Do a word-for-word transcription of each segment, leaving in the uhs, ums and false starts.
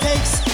takes.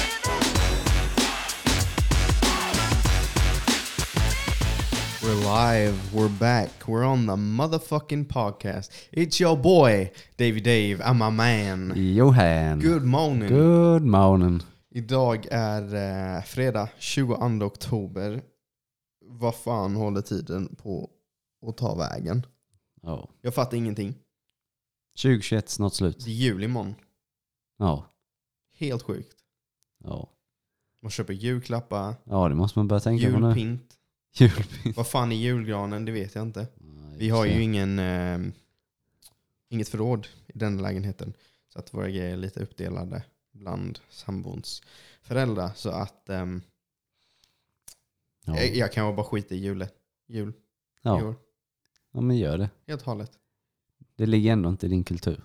We're live, we're back, we're on the motherfucking podcast. It's your boy, Davey Dave, and my man. Johan. Good morning. Good morning. Idag är eh, fredag tjugoandra oktober. Vad fan håller tiden på att ta vägen? Ja. Jag fattar ingenting. tjugohundratjugoett snart slut. Det är jul imorgon. Ja. Helt sjukt. Ja. Man köper julklappar, Ja, det måste man börja tänka på nu. julpint. Julpint. Vad fan är julgranen? Det vet jag inte. Nej, Vi har ju se. ingen eh, inget förråd i den lägenheten. Så att våra grejer är lite uppdelade bland sambons föräldrar. Så att ehm, Ja. jag, jag kan bara skita i julet. Jul. Ja. I år. Ja, men gör det. Helt hållet. Det ligger ändå inte i din kultur.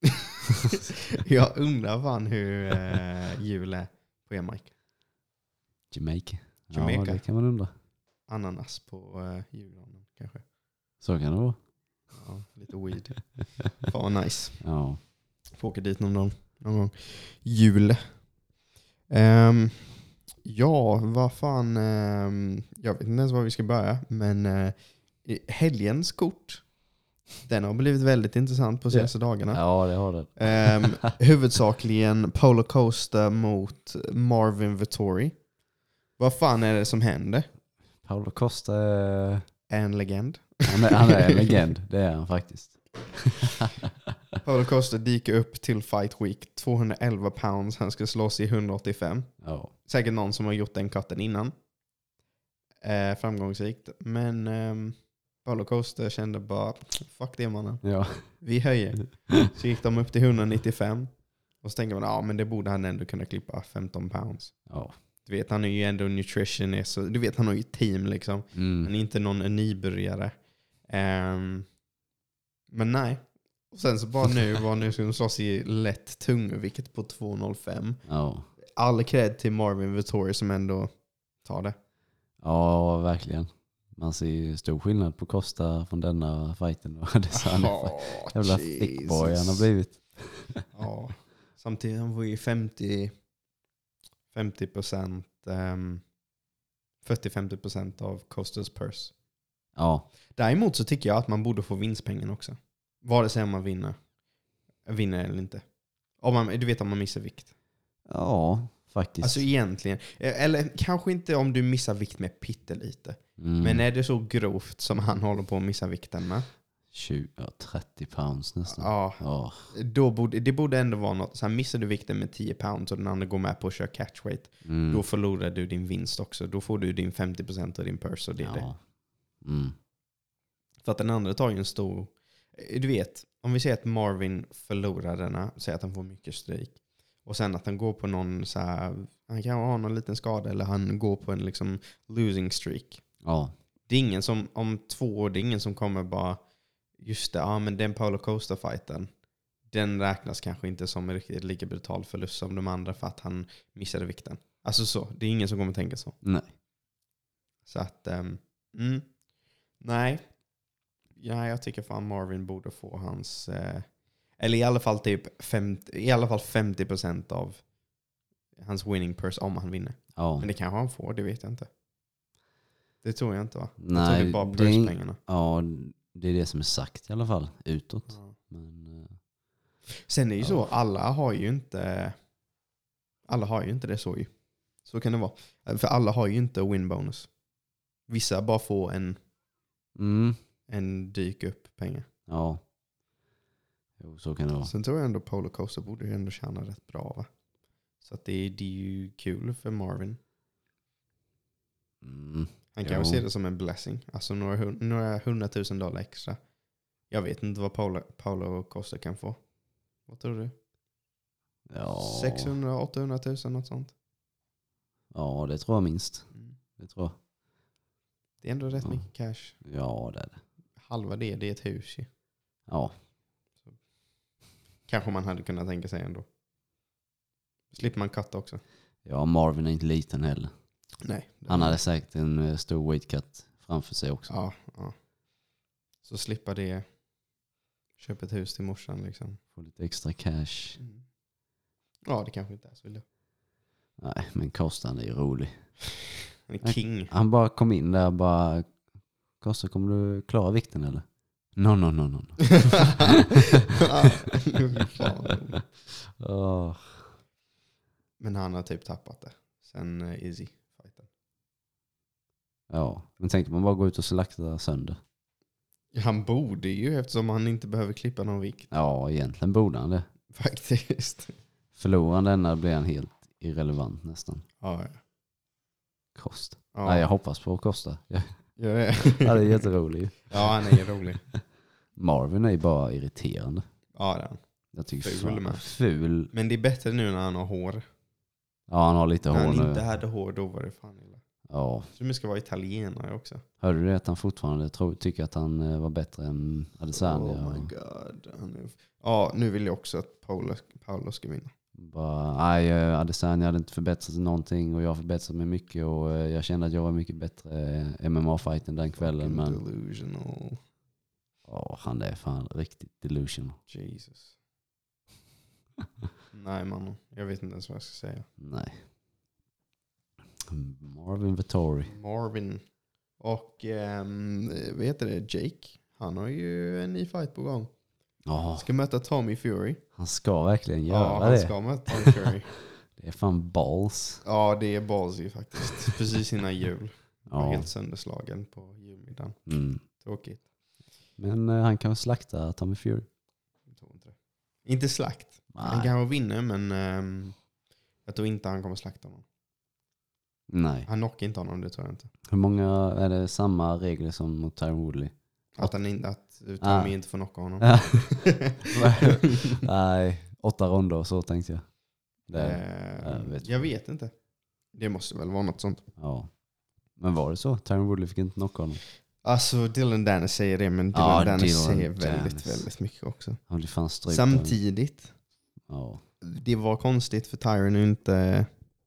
Jag undrar fan hur eh, jul är på Jamaica. Jamaica. Jamaica. Ja, det kan man undra. Ananas på eh, julgranen kanske. Så kan det vara. Ja, lite weed. Fan vad nice. Ja. Får åka dit någon gång. Någon gång. Jul. Um, ja, vad fan. Um, jag vet inte ens var vi ska börja. Men uh, helgens kort. Den har blivit väldigt intressant på senaste dagarna. Ja, det har det. Um, huvudsakligen Polo Costa mot Marvin Vettori. Vad fan är det som händer? Paulo Costa är... En legend. Han är, han är en legend. Det är han faktiskt. Polo Costa dyker upp till Fight Week. tvåhundraelva pounds. Han ska slåss i hundraåttiofem. Ja. Säkert någon som har gjort den katten innan. Eh, framgångsrikt. Men eh, Polo Costa kände bara, fuck det mannen. Ja. Vi höjer. Så gick de upp till hundraåttiofem. Och så tänker man, ja men det borde han ändå kunna klippa femton pounds. Ja. Du vet, han är ju ändå nutritionist. Så du vet, han har ju team liksom. Mm. Han är inte någon nybörjare. Um, men nej. Och sen så bara nu var nu ska de slåss i lätt tungvikt på två noll fem. Ja. All cred till Marvin Vettori som ändå tar det. Ja, verkligen. Man ser ju stor skillnad på Costa från denna fighten. Och det sa han Oh, jävla thickboy han har blivit. Ja. Samtidigt han var ju femtio procent um, fyrtio till femtio procent av Costas purse. Ja. Däremot så tycker jag att man borde få vinstpengen också. Vare sig om man vinner. Vinner eller inte. Om man, du vet om man missar vikt. Ja, faktiskt. Alltså egentligen. Eller kanske inte om du missar vikt med pyttelite. Mm. Men är det så grovt som han håller på att missa vikten med? tjugo, ja, trettio pounds nästan. Ja. Ja. Då borde, det borde ändå vara något. Så här, missar du vikten med tio pounds och den andra går med på att köra catchweight. Mm. Då förlorar du din vinst också. Då får du din femtio procent av din purse och det är det. Ja. Mm. För att den andra tar ju en stor... Du vet, om vi säger att Marvin förlorar denna, säger att han får mycket stryk. Och sen att han går på någon så här... Han kan ha någon liten skada eller han går på en liksom losing streak. Ja. Det är ingen som, om två år, det är ingen som kommer bara... Just det, ja men den Paulo Costa-fighten, den räknas kanske inte som en riktigt lika brutal förlust som de andra för att han missade vikten. Alltså så, det är ingen som kommer tänka så. Nej. Så att, um, mm, nej. Ja, jag tycker fan Marvin borde få hans, eh, eller i alla fall typ femtio, i alla fall femtio procent av hans winning purse om han vinner. Ja. Men det kanske han får, det vet jag inte. Det tror jag inte va? Jag tror Nej, det är bara det är- purse-pengarna. Ja, det är det som är sagt i alla fall, utåt. Ja. Men, eh, Sen är det ju Ja. så, alla har ju inte alla har ju inte det så ju. Så kan det vara. För alla har ju inte win bonus. Vissa bara får en, mm, en dyk upp pengar. ja. Jo, så kan det vara. Sen tror jag ändå Polo Costa borde ju ändå tjäna rätt bra va? Så att det, är- det är ju kul för Marvin. Mm. Han kan Jo. ju se det som en blessing. Alltså några, hun- några hundratusen dollar extra. Jag vet inte vad Paolo, Paolo Costa kan få. Vad tror du? Ja. sexhundra åttahundratusen något sånt. Ja, det tror jag minst. Mm. Det tror jag. Det är ändå rätt Ja. mycket cash. Ja, det är det. Halva det, det är ett hus ju. Ja. Kanske man hade kunnat tänka sig ändå. Slipper man katta också. Ja, Marvin är inte liten heller. Nej. Han hade säkert en eh, stor weight cut framför sig också. Ja, ja. Så slippa det. Köpa ett hus till morsan liksom. Få lite extra cash. Mm. Ja, det kanske inte är så illa. Nej, men Costa han är ju rolig. Han är king. Han bara kom in där och bara, Costa, kommer du klara vikten eller? No, no, no, no. oh. Men han har typ tappat det. Sen uh, Izzy-fighten. Ja, men tänk man bara gå ut och slakta sönder. Han borde ju eftersom han inte behöver klippa någon vikt. Ja, egentligen borde han det. Faktiskt. Förlorar han denna blir han helt irrelevant nästan. Ja, ja. Costa. Ja. Nej, jag hoppas på Costa. Ja, Ja, det. ja, det är jätterolig. Ja, han är ju rolig. Marvin är ju bara irriterande. Ja, det är han. Jag tycker Ful fan, med. ful. Men det är bättre nu när han har hår. Ja, han har lite När hår han nu. inte hade hår, då var det fan illa. Ja. Så det ska vara italienare också. Hörde du det att han fortfarande tror, tycker att han eh, var bättre än Adesanya? Oh my och god. Han är... Ja, nu vill jag också att Paolo, Paolo ska vinna. bara, nej, eh, Adesanya hade inte förbättrat sig någonting och jag har förbättrat mig mycket och eh, jag kände att jag var mycket bättre eh, M M A-fighten den kvällen. Fucking Men delusional. åh, han är fan riktigt delusional. Jesus. Nej, man. Jag vet inte ens vad jag ska säga. Nej. Marvin Vettori. Marvin. Och um, vet du det? Jake. Han har ju en ny fight på gång. Ja, Ska möta Tommy Fury. han ska verkligen göra Ja, han det. ska möta Tommy Fury. Det är fan balls. Ja, det är ballsy faktiskt. Precis innan jul. Jag var Ja. helt sönderslagen på julmiddagen. Mm. Tråkigt. Men eh, han kan slakta Tommy Fury. Jag tror inte det. Inte slakt. Han Nej. kanske vinner, men um, jag tror inte han kommer slakta honom. Nej. Han knockar inte honom, det tror jag inte. Hur många, är det samma regler som mot Tyron Woodley? Att, han in, att Tommy Ah. inte får knocka honom. Ja. Nej, åtta ronder så tänkte jag. Det, Eh, jag vet jag vet inte. Det måste väl vara något sånt. ja. Men var det så? Tyron Woodley fick inte knocka honom. Alltså Dylan Dennis säger det, men Dylan Ja, Dennis Dylan säger Dennis. väldigt, väldigt mycket också. Han blir fan strypt. Samtidigt, Ja. det var konstigt för Tyron inte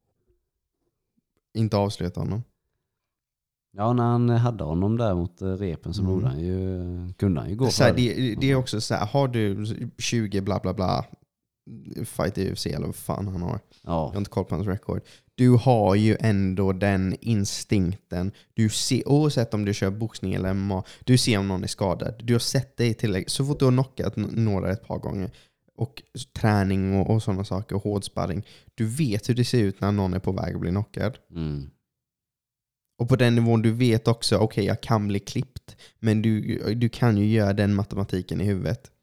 inte avsluta honom. Ja, när han hade honom där mot eh, repen så Mm. borde han ju, kunde han ju gå Så här, för det, det är också så här, har du tjugo bla bla bla fight i U F C eller vad fan han har. Jag Ja, har inte koll på hans record. Du har ju ändå den instinkten. Du ser, oavsett om du kör boxning eller M M A, du ser om någon är skadad. Du har sett dig till, så fort du har knockat n- några ett par gånger och träning och, och sådana saker och hårdsparring. Du vet hur det ser ut när någon är på väg att bli knockad. mm. Och på den nivån du vet också, okej okay, jag kan bli klippt. Men du, du kan ju göra den matematiken i huvudet.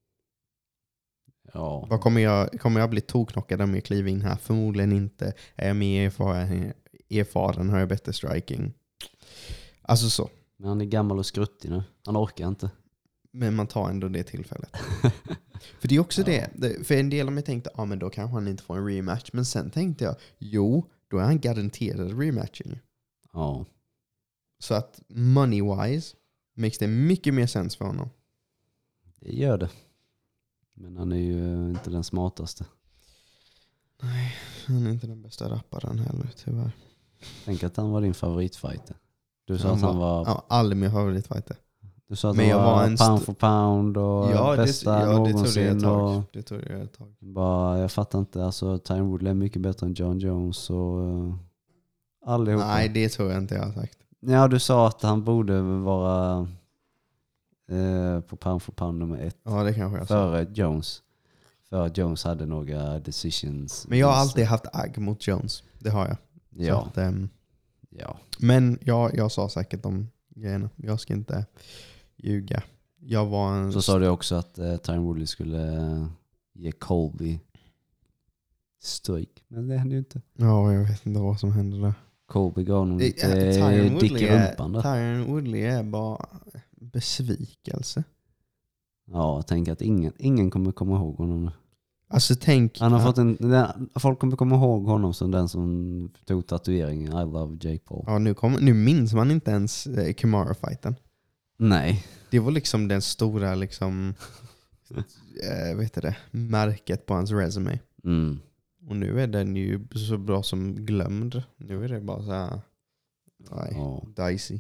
Ja. Vad kommer jag, kommer jag bli toknockad om jag kliver in här? Förmodligen inte. Är jag mer erfaren, erfaren har jag bättre striking. Alltså så. Men han är gammal och skruttig nu. Han orkar inte. Men man tar ändå det tillfället. För det är också Ja. det. För en del av mig tänkte, ja ah, men då kanske han inte får en rematch. Men sen tänkte jag, jo, då är han garanterad rematching. Ja. Så att money-wise makes det mycket mer sens för honom. Det gör det. Men han är ju inte den smartaste. Nej, han är inte den bästa rapparen heller, tyvärr. Tänk att han var din favoritfighter. Du sa Han att han var... Ja, aldrig min favoritfighter. Du sa att Men han jag var, var en pound st- for pound och Ja, det, bästa ja det tog det någonsin. ett och tag. Det tog det ett tag. bara, jag fattar inte. Alltså, Tyron Woodley är mycket bättre än John Jones och uh, allihopa. Nej, det tror jag inte jag har sagt. Ja, du sa att han borde vara eh, på pound for pound nummer ett Ja, det kanske jag sa. före Jones. För att Jones hade några decisions. Men jag har alltid haft agg mot Jones. Det har jag. Så Ja, att, ehm, ja. men jag, jag sa säkert de grejerna. Jag ska inte ljuga. Jag var en... Så sa du också att eh, Tyron Woodley skulle eh, ge Colby stryk. Men det hände ju inte. Ja, jag vet inte vad som hände där. Colby gav honom Eh, lite Tyron dick Woodley i är- rumpan där. Tyron Woodley är bara besvikelse. Ja, jag tänker att ingen, ingen kommer komma ihåg honom nu. Alltså tänk... Han har fått en, den- folk kommer komma ihåg honom som den som tog tatueringen I love Jake Paul. Ja, nu, kom, nu minns man inte ens eh, Kamaru-fighten. Nej. Det var liksom den stora liksom, eh, vet du det, märket på hans resume. Mm. Och nu är den ju så bra som glömd. Nu är det bara så här, nej, Ja. dicey.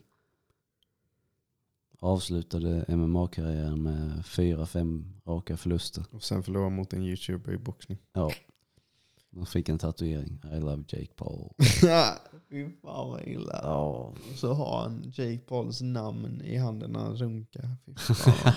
Avslutade M M A-karriären med fyra, fem raka förluster. Och sen förlora mot en YouTuber i boxning. Ja. Man fick en tatuering. I love Jake Paul. Fy fan vad illa. Ja. Så har han Jake Pauls namn i handen när han runkar. Fy fan.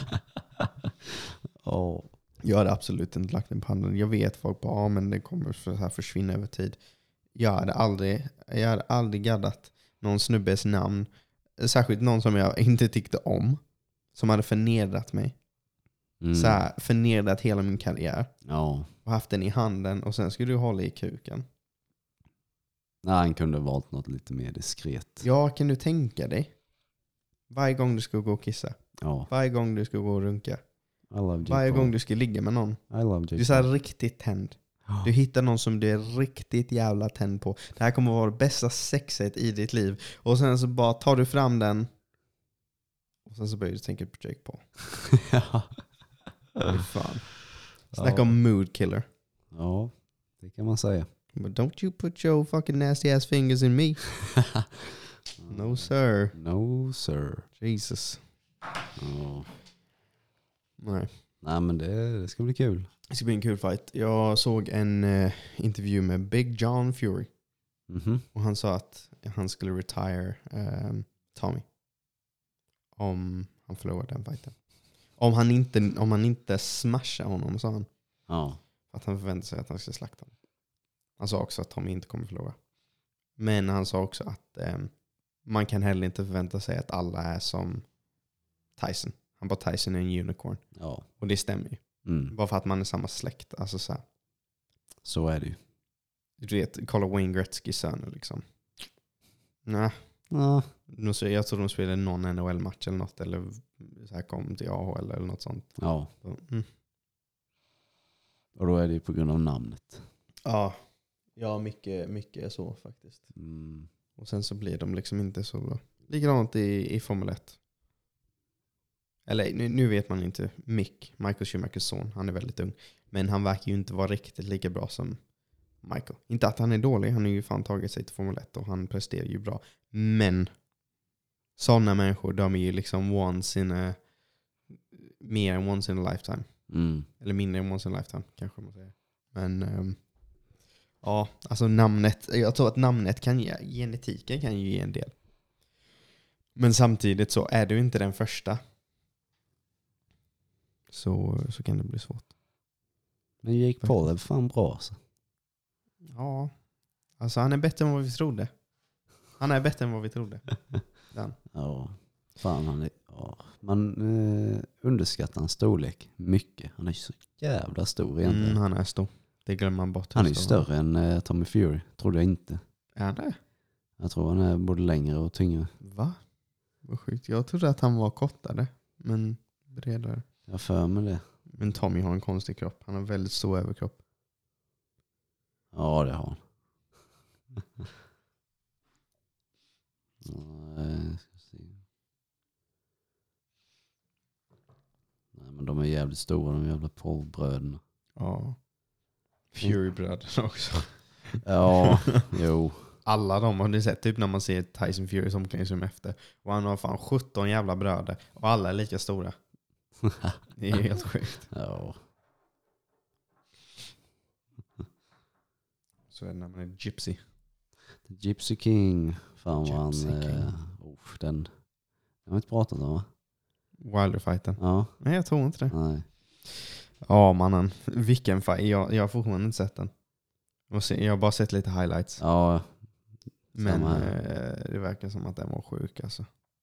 Ja. Jag hade absolut inte lagt den på handen. Jag vet folk bara, ja, men det kommer så här försvinna över tid. Jag hade aldrig, jag hade aldrig gaddat någon snubbes namn. Särskilt någon som jag inte tyckte om. Som hade förnedrat mig. Mm. Så här, förnedrat hela min karriär. Ja. Och haft den i handen. Och sen skulle du hålla i kuken. Nej, han kunde ha valt något lite mer diskret. Ja, kan du tänka dig? Varje gång du ska gå och kissa. Ja. Varje gång du ska gå och runka. I love Jake Varje Paul. gång du ska ligga med någon. I love Jake Du är så här riktigt tänd. Du hittar någon som du är riktigt jävla tänd på. Det här kommer att vara det bästa sexet i ditt liv. Och sen så bara tar du fram den. Och sen så börjar du tänka på Jake Paul. Ja. Fy fan. Snacka Ja. om mood killer. Ja, det kan man säga. But don't you put your fucking nasty ass fingers in me. No sir. No sir. Jesus. Ja. Nej. Nej, men det, det ska bli kul. Det ska bli en kul fight. Jag såg en uh, intervju med Big John Fury. Mhm. Och han sa att han skulle retire um, Tommy. Om han förlorar den fighten. Om han inte, om han inte smashar honom, sa han. Ja. För att han förväntar sig att han ska slakta honom. Han sa också att Tommy inte kommer förlora. Men han sa också att um, man kan heller inte förvänta sig att alla är som Tyson. Han bara, Tyson är en unicorn. Ja. Och det stämmer ju. Mm. Bara för att man är samma släkt. Alltså så här. Så är det ju. Du vet, kolla Wayne Gretzky söner liksom. Nej. Ja. Jag tror de spelade någon N H L-match eller något. Eller så här kom till A H L eller något sånt. Ja. Mm. Och då är det ju på grund av namnet. Ja. Ja, mycket, mycket så faktiskt. Mm. Och sen så blir de liksom inte så bra. Likadant i, i Formel ett. Eller nu, nu vet man inte. Mick, Michael Schumachers son, han är väldigt ung. Men han verkar ju inte vara riktigt lika bra som Michael. Inte att han är dålig, han har ju fan tagit sig till Formel ett och han presterar ju bra. Men sådana människor, de är ju liksom once in a, mer än once in a lifetime. Mm. Eller mindre än once in a lifetime, kanske man säger. Men um, ja, alltså namnet, jag tror att namnet kan ge, genetiken kan ju ge en del. Men samtidigt så är du inte den första. Så, så kan det bli svårt. Men Jake Paul är fan bra alltså. Ja, alltså han är bättre än vad vi trodde. Han är bättre än vad vi trodde. Den. Ja. Fan, han är... Ja. Man eh, underskattar hans storlek mycket. Han är så jävla stor egentligen. Mm, han är stor. Det glömmer man bort. Han är ju större än eh, Tommy Fury. Trodde jag inte. Är han det? Jag tror han är både längre och tyngre. Va? Vad sjukt. Jag trodde att han var kortare. Men bredare. Jag för mig det. Men Tommy har en konstig kropp. Han har väldigt stor överkropp. Ja, det har han. Ja, eh, ska se. Nej, men de är jävligt stora, de jävla Paul-bröderna. Ja. Fury-bröderna också. Ja, jo. Alla de har ni sett typ när man ser Tyson Fury som omklädningsrum efter. Och han har fan sjutton jävla bröder. Och alla är lika stora. Det är helt sjukt. Ja. Så är det när man är gypsy. The Gypsy King. Fan vad han... Gypsy King. Eh, oh, den... Jag har inte pratat om, va? Wilder-fighten. Ja. Nej, jag tror inte det. Nej. Ja, mannen. Vilken fight. Jag, jag har fortfarande inte sett den. Och se, jag har bara sett lite highlights. Ja. Men samma. eh, det verkar som att den var sjuk alltså.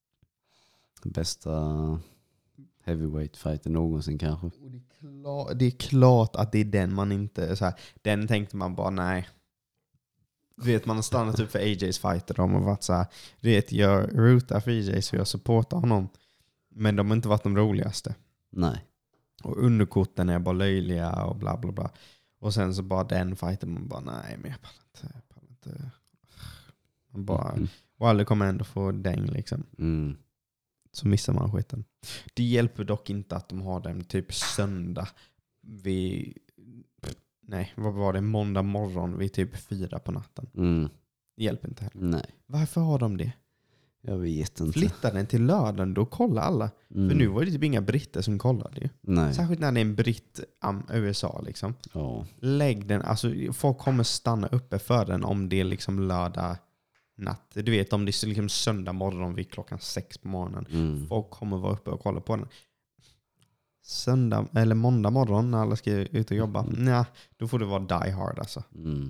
Bästa heavyweight fighten någonsin kanske. Och det, är klar, det är klart att det är den man inte... Så här, den tänkte man bara, nej. Du vet, man har stannat upp för A J's fighter. De har varit så här, du vet, jag rootar för A J så jag supportar honom. Men de har inte varit de roligaste. Nej. Och underkorten är bara löjliga och bla bla bla. Och sen så bara den fighten, man bara, nej men jag pallar inte. Jag pallar inte. Man bara, Mm. och alla kommer ändå få däng liksom. Mm. Så missar man skiten. Det hjälper dock inte att de har den typ söndag vid, nej, vad var det? Måndag morgon vid typ fyra på natten. Mm. Det hjälper inte heller. Nej. Varför har de det? Jag vet inte. Flytta den till lördagen, då kollar alla. Mm. För nu var det typ inga britter som kollade ju. Nej. Särskilt när det är en britt, um, U S A liksom. Ja. Lägg den, alltså folk kommer stanna uppe för den om det är liksom lördag natt. Du vet om det är liksom söndag morgon vid klockan sex på morgonen. Mm. Folk kommer vara uppe och kolla på den. Söndag eller måndag morgon när alla ska ut och jobba. Mm. Nej, då får det vara Die Hard alltså. Mm.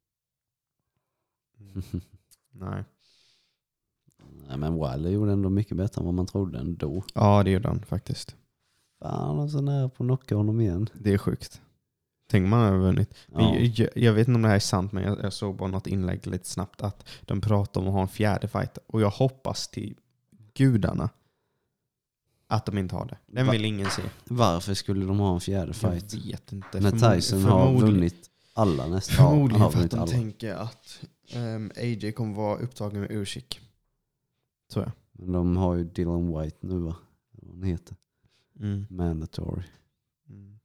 Nej. Nej, men Wilder gjorde ändå mycket bättre än vad man trodde ändå. Ja, det gjorde han faktiskt. Fan, och så nära på att knocka honom igen. Det är sjukt. Tänk man har vunnit. Ja. Jag, jag vet inte om det här är sant, men jag, jag såg bara något inlägg lite snabbt att de pratar om att ha en fjärde fight. Och jag hoppas till gudarna att de inte har det. Den Va? vill ingen se. Varför skulle de ha en fjärde Jag fight? vet inte. När Förmod- Tyson har förmodligen- vunnit alla nästan. Ja, han Förmodligen har för att vunnit de alla. tänker att um, A J kommer vara upptagen med Usyk. Så ja. Men de har ju Dylan White nu, va? Vad han heter. Mm. Mandatory. Mm.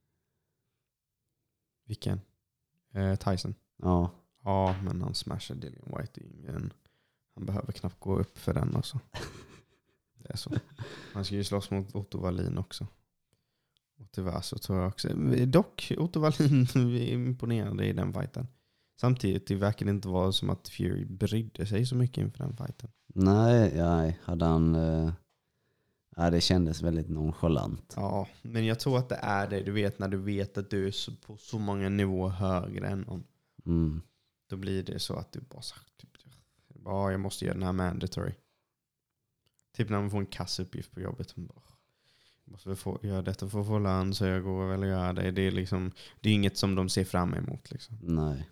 Vilken? Eh, Tyson. Ja. Ja, men han smashar Dillian White. Ingen. Han behöver knappt gå upp för den också. Det är så. Han ska ju slåss mot Otto Wallin också. Och tyvärr så tror jag också. Dock, Otto Wallin är imponerande i den fighten. Samtidigt, det verkar inte vara som att Fury brydde sig så mycket inför den fighten. Nej, nej. Hade han... Eh... Ja, det kändes väldigt nonchalant. Ja, men jag tror att det är det. Du vet när du vet att du är så, på så många nivåer högre än någon. Mm. Då blir det så att du bara sagt typ, ja, jag måste göra den här mandatory. Typ när man får en kassuppgift på jobbet. Man bara, jag måste väl få göra detta för att få lön, så jag går väl och gör det. Det är liksom, det är inget som de ser fram emot liksom. Nej.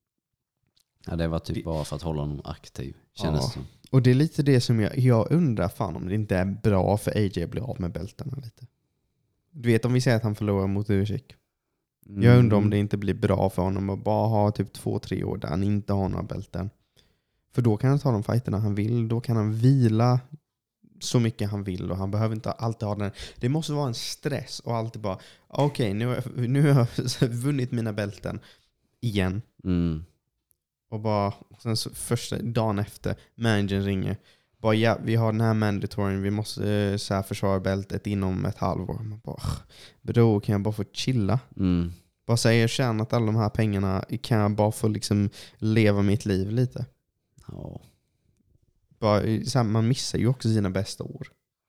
Ja, det var typ Det- bara för att hålla honom aktiv, kändes Ja. det som. Och det är lite det som jag, jag undrar fan om det inte är bra för A J att bli av med bältena lite. Du vet om vi säger att han förlorar mot Usyk. Mm. Jag undrar om det inte blir bra för honom att bara ha typ två, tre år där han inte har några bälten. För då kan han ta de fighterna han vill. Då kan han vila så mycket han vill och han behöver inte alltid ha den. Det måste vara en stress och alltid bara okej, okay, nu, har jag- nu har jag vunnit mina bälten igen. Mm. Och bara sen så första dagen efter managern ringer. Bara ja, vi har den här mandatoryn. Vi måste eh, så här försvara bältet inom ett halvår. Man bara, bro, kan jag bara få chilla? Mm. Bara säga jag tjänat alla de här pengarna. Kan jag bara få liksom leva mitt liv lite? Ja. Bara, så här, man missar ju också sina bästa år.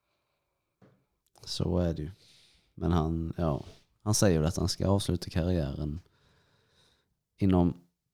Så är det ju. Men han, ja, han säger att han ska avsluta karriären inom,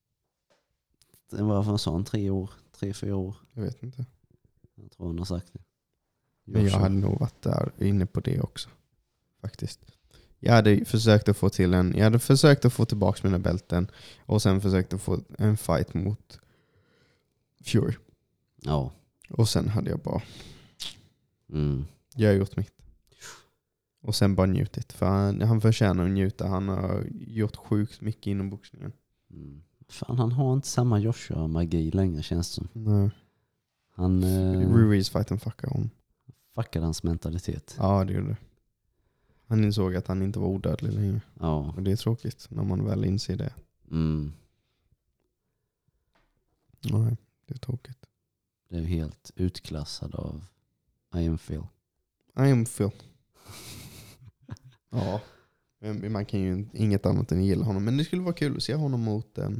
vad sa han, tre år, tre, fyra år. Jag vet inte. Jag tror han har sagt det. Men jag hade nog varit där inne på det också. Faktiskt. Jag hade försökt att få till en, jag hade försökt att få tillbaka mina bälten och sen försökt att få en fight mot Fury. Ja. Och sen hade jag bara, Mm. jag har gjort mitt. Och sen bara njutit. För han, han förtjänar att njuta. Han har gjort sjukt mycket inom boxningen. Mm. Fan, han har inte samma Joshua-magi längre, känns det som. Nej. Han eh, Ruiz fighten fuckade om. fuckade hans mentalitet. Ja, det gjorde det. Han insåg att han inte var odödlig längre. Ja. Och det är tråkigt när man väl inser det. Mm. Nej, det är tråkigt. Det är helt utklassad av I am Phil. I am Phil. Ja. Men man kan ju inget annat än gilla honom. Men det skulle vara kul att se honom mot um,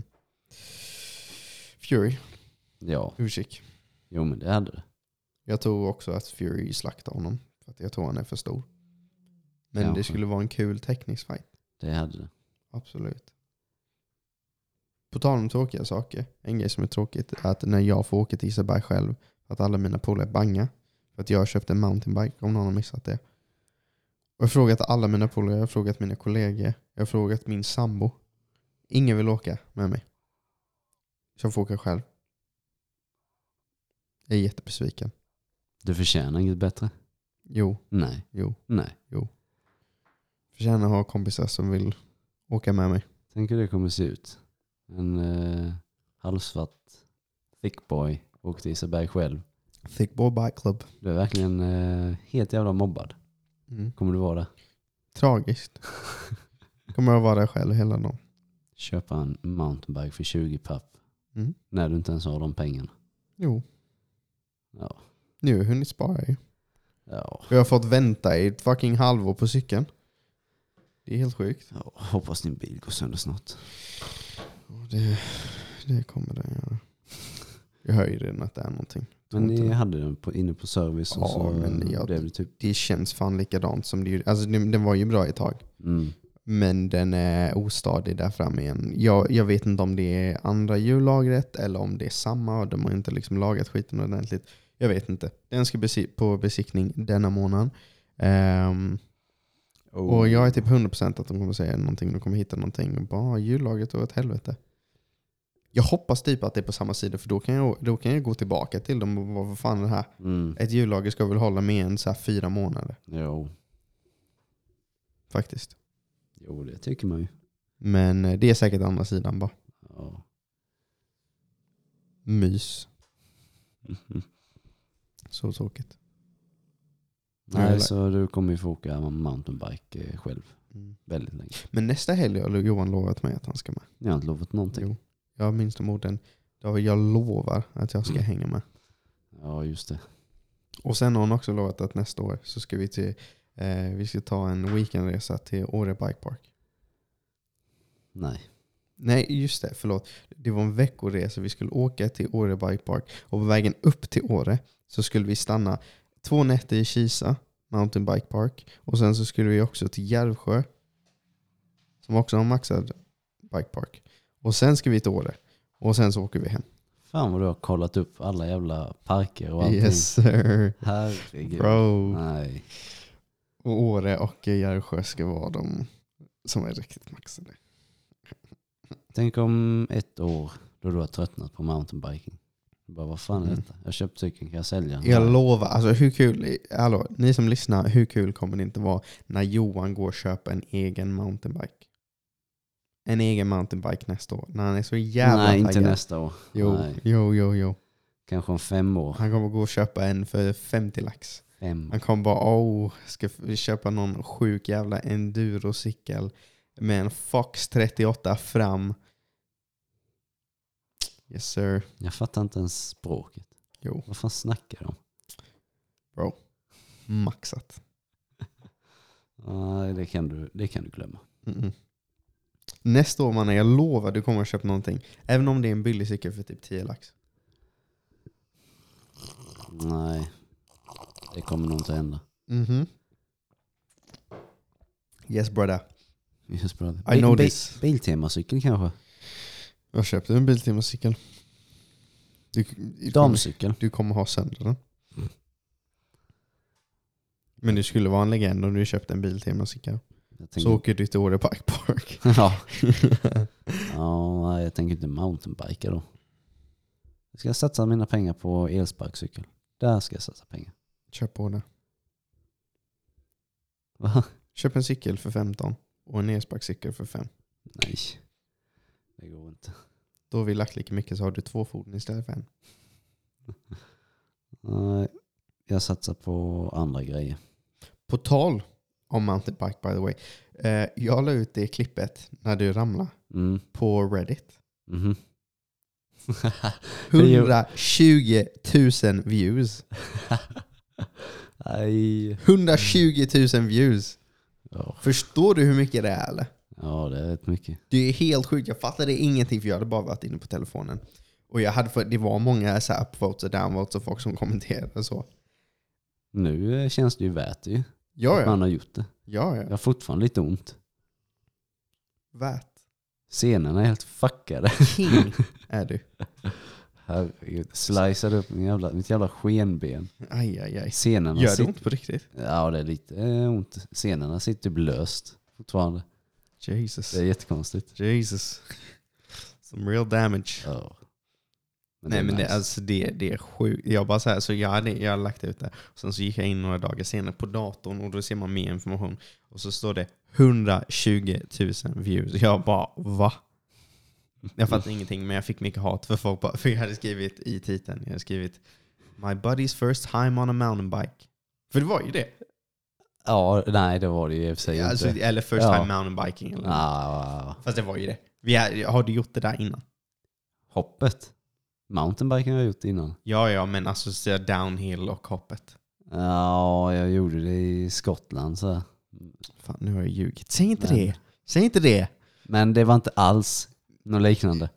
Fury. Ja, Usyk. jo men det hade det. Jag tror också att Fury slaktar honom. För att jag tror han är för stor. Men Kanske. det skulle vara en kul teknisk fight. Det hade det. Absolut. På tal om tråkiga saker. En grej som är tråkigt är att när jag får åka till Isaberg själv. För att alla mina polare banga. För att jag har köpt en mountainbike, om någon har missat det. Och jag har frågat alla mina polare. Jag har frågat mina kollegor. Jag har frågat min sambo. Ingen vill åka med mig. Så jag får åka själv. Jag är jättebesviken. Du förtjänar inget bättre? Jo, Nej. jo. Nej. Förtjänar att ha kompisar som vill åka med mig. Tänk hur det kommer se ut. En eh, halvsvart thick boy åkte till Isaberg själv. Thick Boy Bike Club. Du är verkligen eh, helt jävla mobbad. Mm. Kommer du vara där? Tragiskt. Kommer jag vara där själv hela dagen. Köpa en mountainbike för tjugo papp. Mm. När du inte ens har de pengarna. Jo. Ja. Nu har jag hunnit spara ju. Ja. Jag har fått vänta i ett fucking halvår på cykeln. Det är helt sjukt. Ja, hoppas din bil går sönder snart. Det, det kommer den göra. Jag hör ju redan att det är någonting. Men ni hade den på, inne på service och Ja, så men jag- blev det typ... Det känns fan likadant som det gjorde. Alltså den, den var ju bra ett tag. Mm. Men den är ostadig där framme igen. Jag, jag vet inte om det är andra hjullagret eller om det är samma. De har inte liksom lagat skiten ordentligt. Jag vet inte. Den ska besi- på besiktning denna månad. Um, Oh. Och jag är typ hundra procent att de kommer säga någonting. De kommer hitta någonting. Och bara, hjullagret och ett helvete. Jag hoppas typ att det är på samma sida. För då kan jag, då kan jag gå tillbaka till dem och bara, vad fan är det här? Mm. Ett hjullager ska väl hålla med en så här fyra månader. Jo. Faktiskt. jo, det tycker man ju. Men eh, det är säkert andra sidan bara. Ja. Mys. Mhm. Så tråkigt. Nej, Eller- så du kommer ju få åka mountainbike eh, själv Mm. väldigt länge. Men nästa helg har Johan lovat mig att han ska med. Jag har inte lovat någonting. Jo. Jag minns de orden. Då jag lovar att jag ska hänga med. Ja, just det. Och sen har hon också lovat att nästa år så ska vi till eh, vi ska ta en weekendresa till Åre Bike Park. Nej. Nej, just det, förlåt. Det var en veckoresa. Vi skulle åka till Åre Bike Park. Och på vägen upp till Åre så skulle vi stanna två nätter i Kisa, Mountain Bike Park. Och sen så skulle vi också till Järvsjö, som också har maxad Bike Park. Och sen ska vi till Åre. Och sen så åker vi hem. Fan vad du har kollat upp alla jävla parker och allting. Yes sir. Herregud. Bro. Nej. Och Åre och Järvsjö ska vara de som är riktigt maxade. Tänk om ett år då du har tröttnat på mountainbiking. Du bara, vad fan är Mm. detta? Jag har köpt cykeln, kan jag sälja den? Jag lovar, alltså hur kul, hallå, ni som lyssnar, hur kul kommer det inte vara när Johan går och köper en egen mountainbike? En egen mountainbike nästa år. När han är så jävla Nej, inte taggad. nästa år. Jo, Nej. jo, jo, jo. Kanske om fem år. Han kommer gå och köpa en för femtio lax. Fem. Han kommer bara, åh, ska f- köpa någon sjuk jävla enduro-cykel med en Fox trettioåtta fram. Yes sir. Jag fattar inte ens språket. Jo, Vad fan snackar de? bro. Maxat. Nej, det kan du, det kan du glömma. Mm-mm. Nästa år, man, jag lovar du kommer att köpa någonting. Även om det är en billig cykel för typ tio lax. Nej, det kommer nog inte hända. Mhm. Yes brother. Just bra. I know this. Biltemacykel kanske? Jag köpte en Biltema-cykel. Du, du, kommer, Damcykel. du kommer ha sönder den. Men det skulle vara en legend om du köpte en Biltema-cykel. Jag Så tänker, åker du till Åre Bike Park. ja. ja, nej, jag tänker inte mountainbika då. Jag ska satsa mina pengar på elsparkcykel. Där ska jag satsa pengar. Köp på det. Va? Köp en cykel för femton och en elsparkcykel för fem. Nej, det går inte. Då har vi lagt lika mycket så har du två fordon istället för en. Nej, jag satsar på andra grejer. På tal om mountainbike by the way. Eh, jag la ut det klippet när du ramlade Mm. på Reddit. Mhm. hundratjugo tusen views. Nej. hundratjugo tusen views. Ja. Förstår du hur mycket det är eller? ja, det är rätt mycket. Det är helt sjukt. Jag fattade ingenting för jag hade bara varit inne på telefonen. Och jag hade för, det var många så här upvotes och downvotes och folk som kommenterade och så. Nu eh, känns det ju värt det ju. Ja, Att man ja. har gjort det. Ja, Jag ja. har fortfarande lite ont. Värt. Scenerna är helt fuckade. King är du. Herregud. Sliceade upp min jävla, mitt jävla skenben. Aj, aj, aj. Scenerna Gör det sitter, ont på riktigt? ja, det är lite eh, ont. Scenerna sitter typ löst fortfarande. Jesus. Det är jättekonstigt. Jesus. Some real damage. Ja. Men Nej är men det, nice. alltså det, det är sjukt. Jag bara så här, så jag hade, jag hade lagt ut det. Och sen så gick jag in några dagar senare på datorn och då ser man mer information. Och så står det hundratjugo tusen views. Jag bara, va? Jag fattar ingenting men jag fick mycket hat för folk bara, för jag hade skrivit i titeln, jag hade skrivit My buddy's first time on a mountain bike. För det var ju det. Ja, nej det var det ju i och för sig Alltså, inte. eller first Ja. time mountain biking. Eller Ja, Fast det var ju det. Vi har, har du gjort det där innan? hoppet. Mountainbiken har jag gjort innan. Ja, ja, men alltså så downhill och hoppet. Ja, jag gjorde det i Skottland så. Fan, nu har jag ljugit. Säg inte Men- det. Säg inte det. Men det var inte alls något liknande.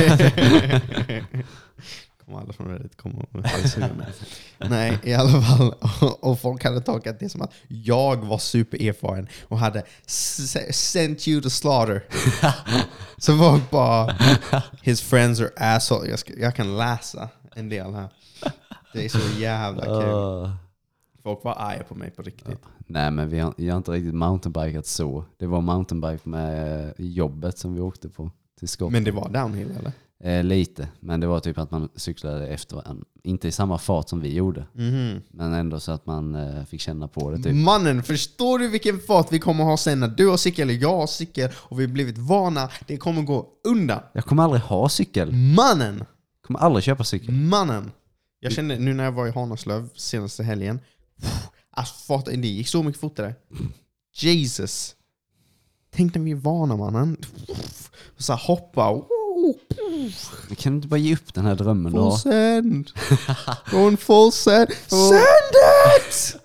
Kommer alla från Reddit komma och halshugga mig. Nej, i alla fall. Och, och folk hade tolkat det som att jag var supererfaren och hade s- sent you to slaughter. Så folk bara, his friends are asshole. Jag, ska, jag kan läsa en del här. Det är så jävla kul. Uh, Folk var arga på mig på riktigt. nej, men vi har, jag har inte riktigt mountainbikat så. Det var mountainbike med jobbet som vi åkte på till Skottland. Men det var downhill eller? Eh, lite, men det var typ att man cyklade efter en, inte i samma fart som vi gjorde, Mhm. men ändå så att man eh, fick känna på det typ. Mannen, förstår du vilken fart vi kommer ha sen när du har cykel eller jag har cykel och vi har blivit vana? Det kommer gå undan. Jag kommer aldrig ha cykel. Mannen! Jag kommer aldrig köpa cykel. Mannen! Jag kände nu när jag var i Hanerslöv senaste helgen, alltså farten, det gick så mycket fortare. Jesus! Tänk när vi är vana, mannen. Så här, hoppa. Men kan du inte bara ge upp den här drömmen då? Full send! Going full send! Send it!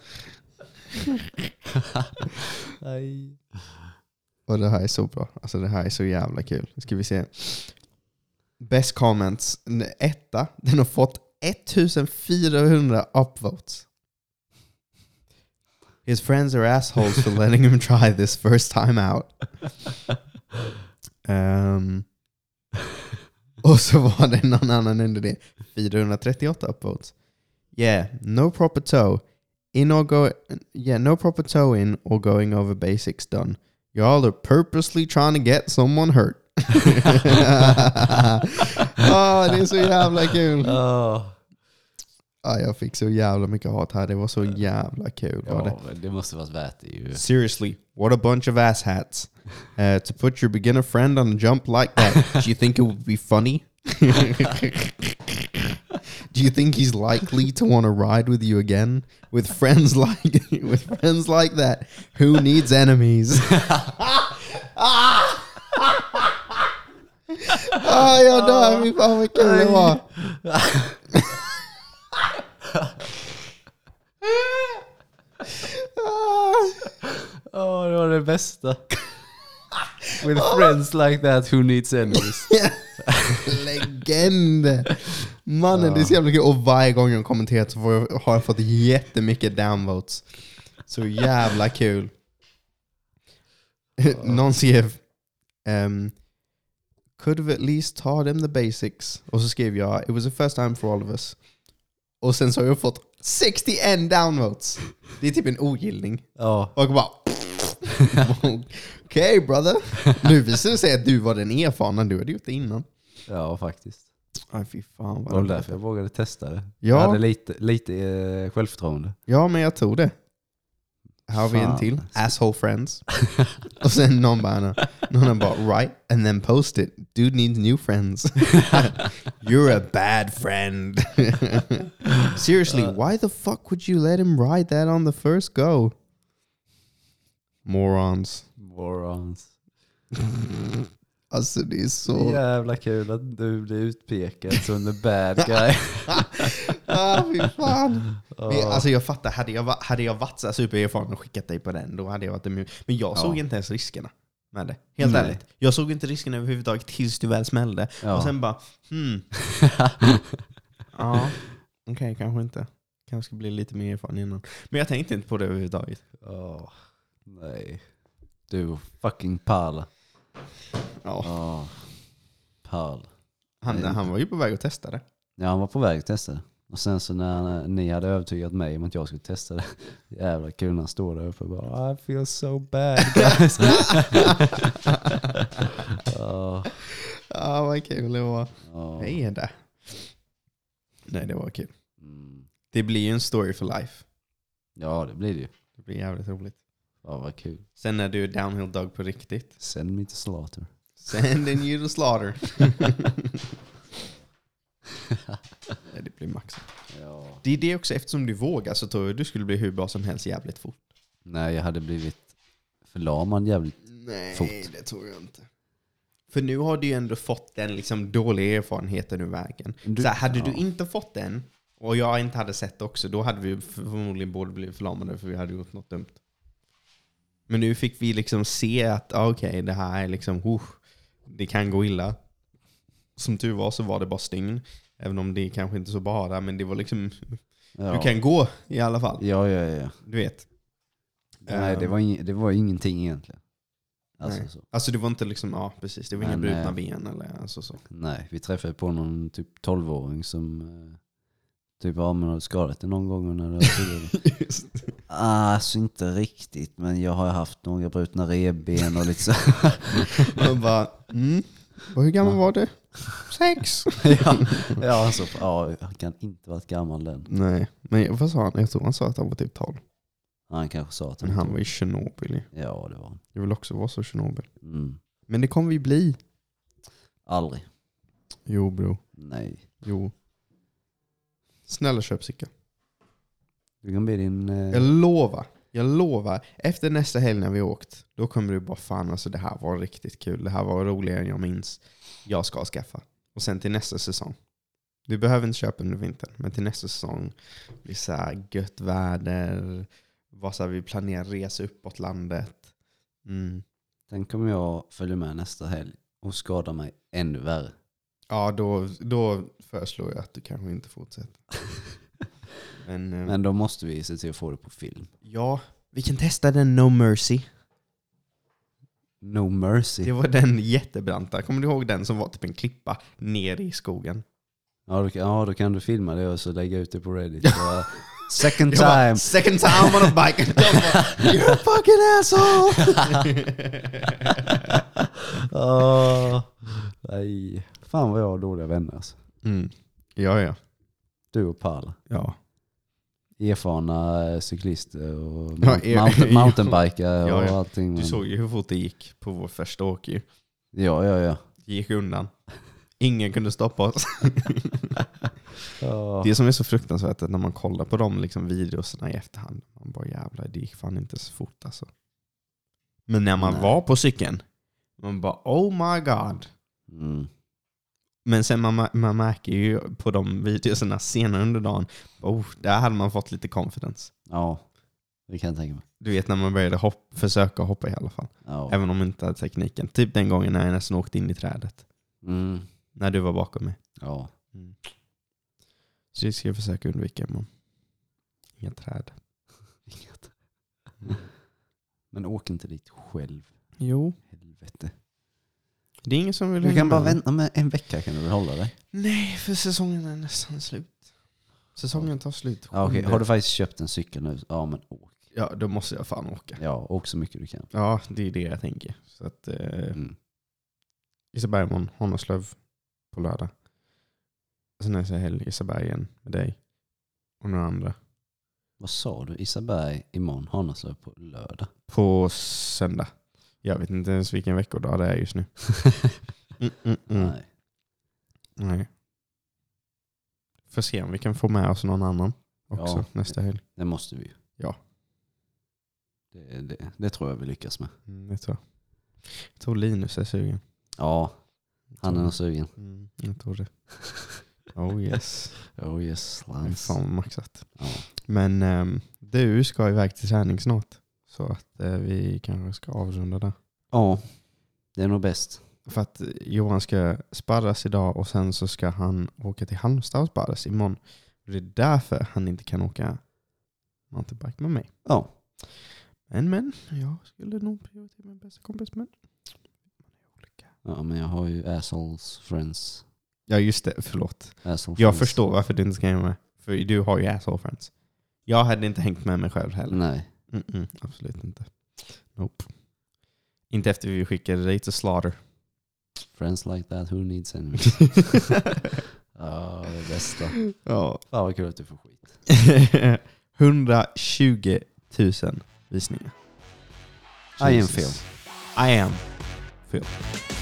Nej. Och det här är så bra. Alltså det här är så jävla kul. Nu ska vi se. Best comments. Etta. Den har fått fjortonhundra upvotes. His friends are assholes for letting him try this first time out. Um, och så var det någon annan under det. fyrahundratrettioåtta upvotes. Yeah, no proper toe. In or go, yeah, no proper toe in or going over basics done. Y'all are purposely trying to get someone hurt. Ah, det är så jävla kul. Oh. Ah, jag fick så jävla mycket hat här. Det var så jävla kul. Var det? Ja, men det måste vara värt det ju. Seriously, what a bunch of asshats. Uh, to put your beginner friend on a jump like that. Do you think it would be funny? Do you think he's likely to want to ride with you again? With friends like with friends like that, who needs enemies? Ah, jag dör. Fy fan vad kul det var. Åh, oh, det var det bästa. With friends like that, who needs enemies? Legend. Mannen, det är så jävla kul. Och varje gång jag kommenterat så får jag, har jag fått jättemycket downvotes. Så jävla kul. Någon skrev um, could have at least taught them the basics. Och så skrev jag, it was the first time for all of us. Och sen så har jag fått sextioen downvotes. Det är typ en ogillning. Ja. Och jag bara okej, okay, brother. Nu visar det sig att du var den erfarna. Du hade gjort det innan. Ja, faktiskt. Aj, fy fan. Det var därför jag vågade testa det. Ja. Jag hade lite, lite eh, självförtroende. Ja, men jag tog det. Här har vi en till. Asshole friends. Och sen någon bara, någon bara, right, and then post it. Dude needs new friends. You're a bad friend. Seriously, why the fuck would you let him ride that on the first go? Morons. Morons. Alltså det är så... Jävla kul att du blir utpekad som the bad guy. Ah, fy fan. Oh. Men, alltså jag fattar, hade jag, va- hade jag varit så här supererfaren och skickat dig på den, då hade jag varit immun. Men jag såg Ja. inte ens riskerna med det. Helt Nej. ärligt. Jag såg inte riskerna överhuvudtaget tills du väl smällde. Ja. Och sen bara, hmm. Ja, okej, okay, kanske inte. Kanske ska bli lite mer erfaren innan. Men jag tänkte inte på det överhuvudtaget. Oh. Nej. Du fucking pärla. Ja. Oh. Pärl. Han, han var ju på väg att testa det. Ja, han var på väg att testa det. Och sen så när ni hade övertygat mig om att jag skulle testa det, jävla kul när han står där uppe och bara I feel so bad guys. oh. Ja, vad kul det var. Oh. Nej, är det. Nej, det var kul. Mm. Det blir ju en story for life. Ja, det blir det ju. Det blir jävligt roligt. Ja, vad kul. Sen när du är downhill dog på riktigt. Send me to slaughter. Sending you to slaughter. Nej, det blir max. Ja. Det är det också, eftersom du vågar så tror jag du skulle bli hur bra som helst jävligt fort. Nej, jag hade blivit förlamad jävligt Nej, fort. det tror jag inte. För nu har du ju ändå fått den liksom dåliga erfarenheten ur vägen. Du, så här, hade ja. du inte fått den och jag inte hade sett det också, då hade vi förmodligen båda blivit förlamade för vi hade gjort något dumt. Men nu fick vi liksom se att ah, okej, okay, det här är liksom uh, det kan gå illa. Som tur var så var det bara stygn. Även om det kanske inte så bara, men det var liksom Ja. du kan gå i alla fall. Ja, ja, ja. Du vet. Nej, det var, ing- det var ingenting egentligen. Alltså, Nej. så. Alltså det var inte liksom, ja precis, det var inga Men, brutna eh, ben eller alltså så. Nej, vi träffade på någon typ tolvåring som eh, typ ja, men hade skadat det någon gång när det var Just. ah, alltså inte riktigt, men jag har haft några brutna revben och lite så. Man bara, mm. Och hur gammal Ja. var du? Sex. ja, ja, alltså, ja, jag kan inte varit gammal den. Nej, men vad sa han? Jag tror han sa att han var typ tolv. Han kanske sa att Men han var i Tjernobyl. Ja, det var han. Jag vill också vara så Tjernobyl. Mm. Men det kommer vi bli. Aldrig. Jo bro, Nej. jo. Snälla köp cykel. Du kan bli din... Eh... Jag lovar, jag lovar. Efter nästa helg när vi åkt, då kommer du bara fan, alltså det här var riktigt kul. Det här var roligare än jag minns. Jag ska skaffa. Och sen till nästa säsong. Du behöver inte köpa under vintern, men till nästa säsong blir så här gött väder. Vad så här, vi planerar resa uppåt landet. Mm. Tänk om jag följer med nästa helg och skadar mig ännu värre. Ja, då, då föreslår jag att du kanske inte fortsätter. Men, eh, Men då måste vi se till att få det på film. ja, vi kan testa den No Mercy. No Mercy. Det var den jättebranta. Kommer du ihåg den som var typ en klippa ner i skogen? Ja, då, ja, då kan du filma det och så lägga ut det på Reddit. Så, second Jag bara, time. second time on a bike. De bara, you're a fucking asshole. oh, nej. Fan vad jag har dåliga vänner alltså. Mm. Ja, ja. Du och Palla. Ja. Erfarna cyklister och Ja, mount- er- mountain, mountainbiker och Ja, ja. allting. Du men- såg ju hur fort det gick på vår första åk ju. Ja, ja, ja. Det gick undan. Ingen kunde stoppa oss. Ja. Det som är så fruktansvärt är att när man kollar på de liksom videorna i efterhand, man bara jävlar, det gick fan inte så fort alltså. Men när man Nej. var på cykeln, man bara oh my god. Mm. Men sen man, man märker ju på de videorna senare under dagen, oh, där hade man fått lite confidence. Ja, det kan jag tänka mig. Du vet när man började hopp, försöka hoppa i alla fall. Ja. Även om man inte hade tekniken. Typ den gången när jag nästan åkte in i trädet. Mm. När du var bakom mig. Ja. Mm. Så det ska jag försöka undvika imorgon. Inga träd. Mm. Men åk inte dit själv. Jo. Helvete. Det är ingen som vill Du hänga kan bara med. vänta med en vecka, kan du väl hålla dig? Nej, för säsongen är nästan slut. Säsongen tar slut. Ja, okej. Har du faktiskt köpt en cykel nu? Ja, men åk. Ja, då måste jag fan åka. Ja, åk så mycket du kan. Ja, det är det jag tänker. Så att eh, Mm. Isaberg imorgon, Honnerslöv på lördag. Sen är det helg, Isaberg igen med dig och några andra. Vad sa du? Isaberg imorgon, Hannaslöv på lördag. På söndag. Jag vet inte ens vilken veckodag det är just nu. Mm, mm, mm. Nej. Nej. Får se om vi kan få med oss någon annan också Ja. nästa helg. Det måste vi ju. Ja. Det, det, det tror jag vi lyckas med. Mm, det tror jag. Jag tror Linus är sugen. Ja, han är nog sugen. Mm, jag tror det. Oh yes. Oh yes, Det är Lans. fan maxat. Ja. Men um, du ska iväg till träning snart. Så att uh, vi kanske ska avrunda där. Ja, det är nog bäst. För att Johan ska sparras idag och sen så ska han åka till Halmstad och sparras imorgon. Det är därför han inte kan åka mountainbike med mig. Ja. Men men, jag skulle nog prioritera min bästa kompis, men Ja, men jag har ju assholes friends. ja just det, förlåt. Asshole Jag friends. förstår varför du inte ska hänga med. För du har ju asshole friends. Jag hade inte hängt med mig själv heller. Nej. Mm-mm, absolut inte. Nope. Inte efter vi skickade dig till Slaughter. Friends like that, who needs any? Ja, det bästa. Ja. Fan vad kul att du får skit. hundratjugo tusen visningar. I am Jesus. Phil. I am Phil.